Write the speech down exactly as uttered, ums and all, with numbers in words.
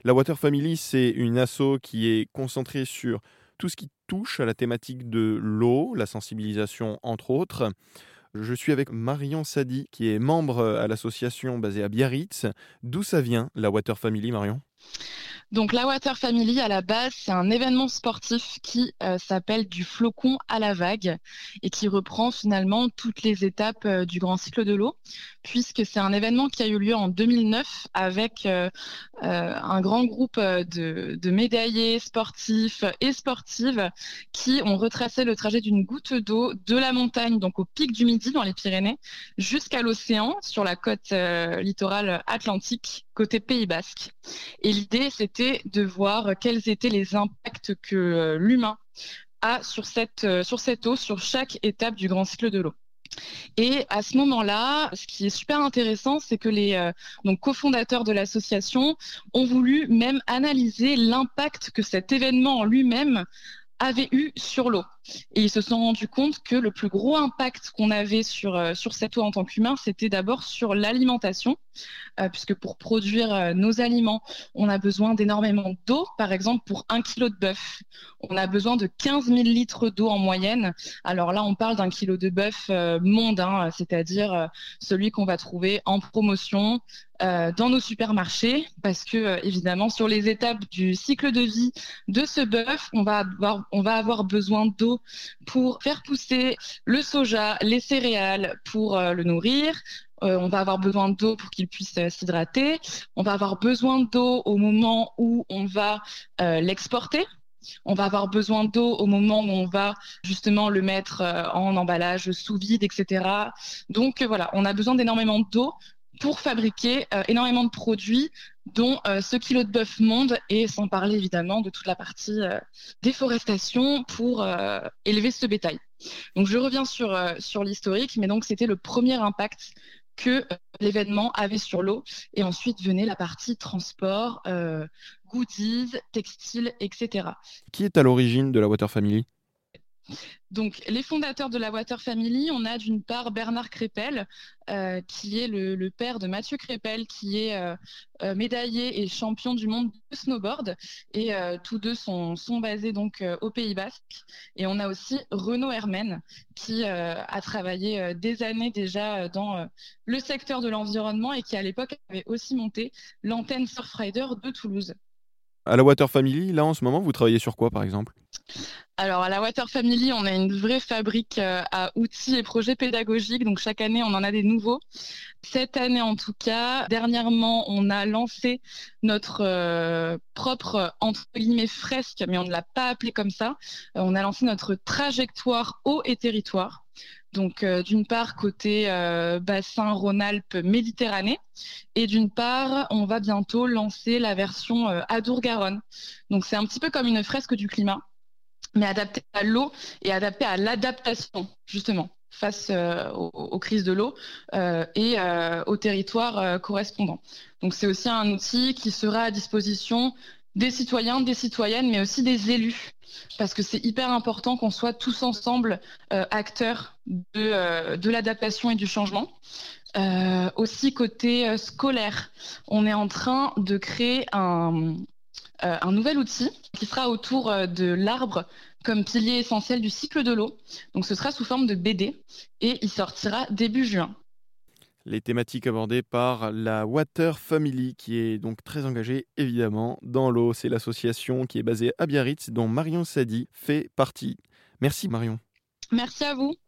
La Water Family, c'est une asso qui est concentrée sur tout ce qui touche à la thématique de l'eau, la sensibilisation entre autres. Je suis avec Marion Sadi, qui est membre à l'association basée à Biarritz. D'où ça vient, la Water Family, Marion ? Donc la Water Family, à la base, c'est un événement sportif qui euh, s'appelle du flocon à la vague et qui reprend finalement toutes les étapes euh, du grand cycle de l'eau, puisque c'est un événement qui a eu lieu en deux mille neuf avec euh, euh, un grand groupe euh, de, de médaillés sportifs et sportives qui ont retracé le trajet d'une goutte d'eau de la montagne, donc au pic du Midi dans les Pyrénées, jusqu'à l'océan sur la côte euh, littorale atlantique, côté Pays Basque. Et l'idée, c'était de voir quels étaient les impacts que euh, l'humain a sur cette, euh, sur cette eau, sur chaque étape du grand cycle de l'eau. Et à ce moment-là, ce qui est super intéressant, c'est que les euh, donc, cofondateurs de l'association ont voulu même analyser l'impact que cet événement en lui-même avait eu sur l'eau. Et ils se sont rendus compte que le plus gros impact qu'on avait sur, euh, sur cette eau en tant qu'humain, c'était d'abord sur l'alimentation, euh, puisque pour produire euh, nos aliments, on a besoin d'énormément d'eau. Par exemple, pour un kilo de bœuf, on a besoin de quinze mille litres d'eau en moyenne. Alors là, on parle d'un kilo de bœuf euh, mondain, c'est-à-dire euh, celui qu'on va trouver en promotion euh, dans nos supermarchés, parce que euh, évidemment, sur les étapes du cycle de vie de ce bœuf, on va avoir, on va avoir besoin d'eau pour faire pousser le soja, les céréales, pour euh, le nourrir. Euh, on va avoir besoin d'eau pour qu'il puisse euh, s'hydrater. On va avoir besoin d'eau au moment où on va euh, l'exporter. On va avoir besoin d'eau au moment où on va justement le mettre euh, en emballage sous vide, et cetera. Donc euh, voilà, on a besoin d'énormément d'eau pour fabriquer euh, énormément de produits, dont euh, ce kilo de bœuf monde, et sans parler évidemment de toute la partie euh, déforestation pour euh, élever ce bétail. Donc je reviens sur, euh, sur l'historique, mais donc c'était le premier impact que euh, l'événement avait sur l'eau. Et ensuite venait la partie transport, euh, goodies, textiles, et cetera. Qui est à l'origine de la Water Family ? Donc, les fondateurs de la Water Family, on a d'une part Bernard Crépel, euh, qui est le, le père de Mathieu Crépel, qui est euh, euh, médaillé et champion du monde de snowboard. Et euh, tous deux sont, sont basés donc euh, au Pays Basque. Et on a aussi Renaud Hermen, qui euh, a travaillé euh, des années déjà euh, dans euh, le secteur de l'environnement et qui à l'époque avait aussi monté l'antenne Surfrider de Toulouse. À la Water Family, là en ce moment, vous travaillez sur quoi par exemple ? Alors, à la Water Family, on a une vraie fabrique euh, à outils et projets pédagogiques. Donc, chaque année, on en a des nouveaux. Cette année, en tout cas, dernièrement, on a lancé notre euh, propre, entre guillemets, fresque, mais on ne l'a pas appelée comme ça. Euh, on a lancé notre trajectoire eau et territoire. Donc, euh, d'une part, côté euh, bassin Rhône-Alpes Méditerranée. Et d'une part, on va bientôt lancer la version euh, Adour-Garonne. Donc, c'est un petit peu comme une fresque du climat, mais adapté à l'eau et adapté à l'adaptation, justement, face euh, aux, aux crises de l'eau euh, et euh, aux territoires euh, correspondants. Donc, c'est aussi un outil qui sera à disposition des citoyens, des citoyennes, mais aussi des élus, parce que c'est hyper important qu'on soit tous ensemble euh, acteurs de, euh, de l'adaptation et du changement. Euh, aussi, côté euh, scolaire, on est en train de créer un... Euh, un nouvel outil qui sera autour euh, de l'arbre comme pilier essentiel du cycle de l'eau. Donc ce sera sous forme de B D et il sortira début juin. Les thématiques abordées par la Water Family, qui est donc très engagée évidemment dans l'eau. C'est l'association qui est basée à Biarritz, dont Marion Sadi fait partie. Merci Marion. Merci à vous.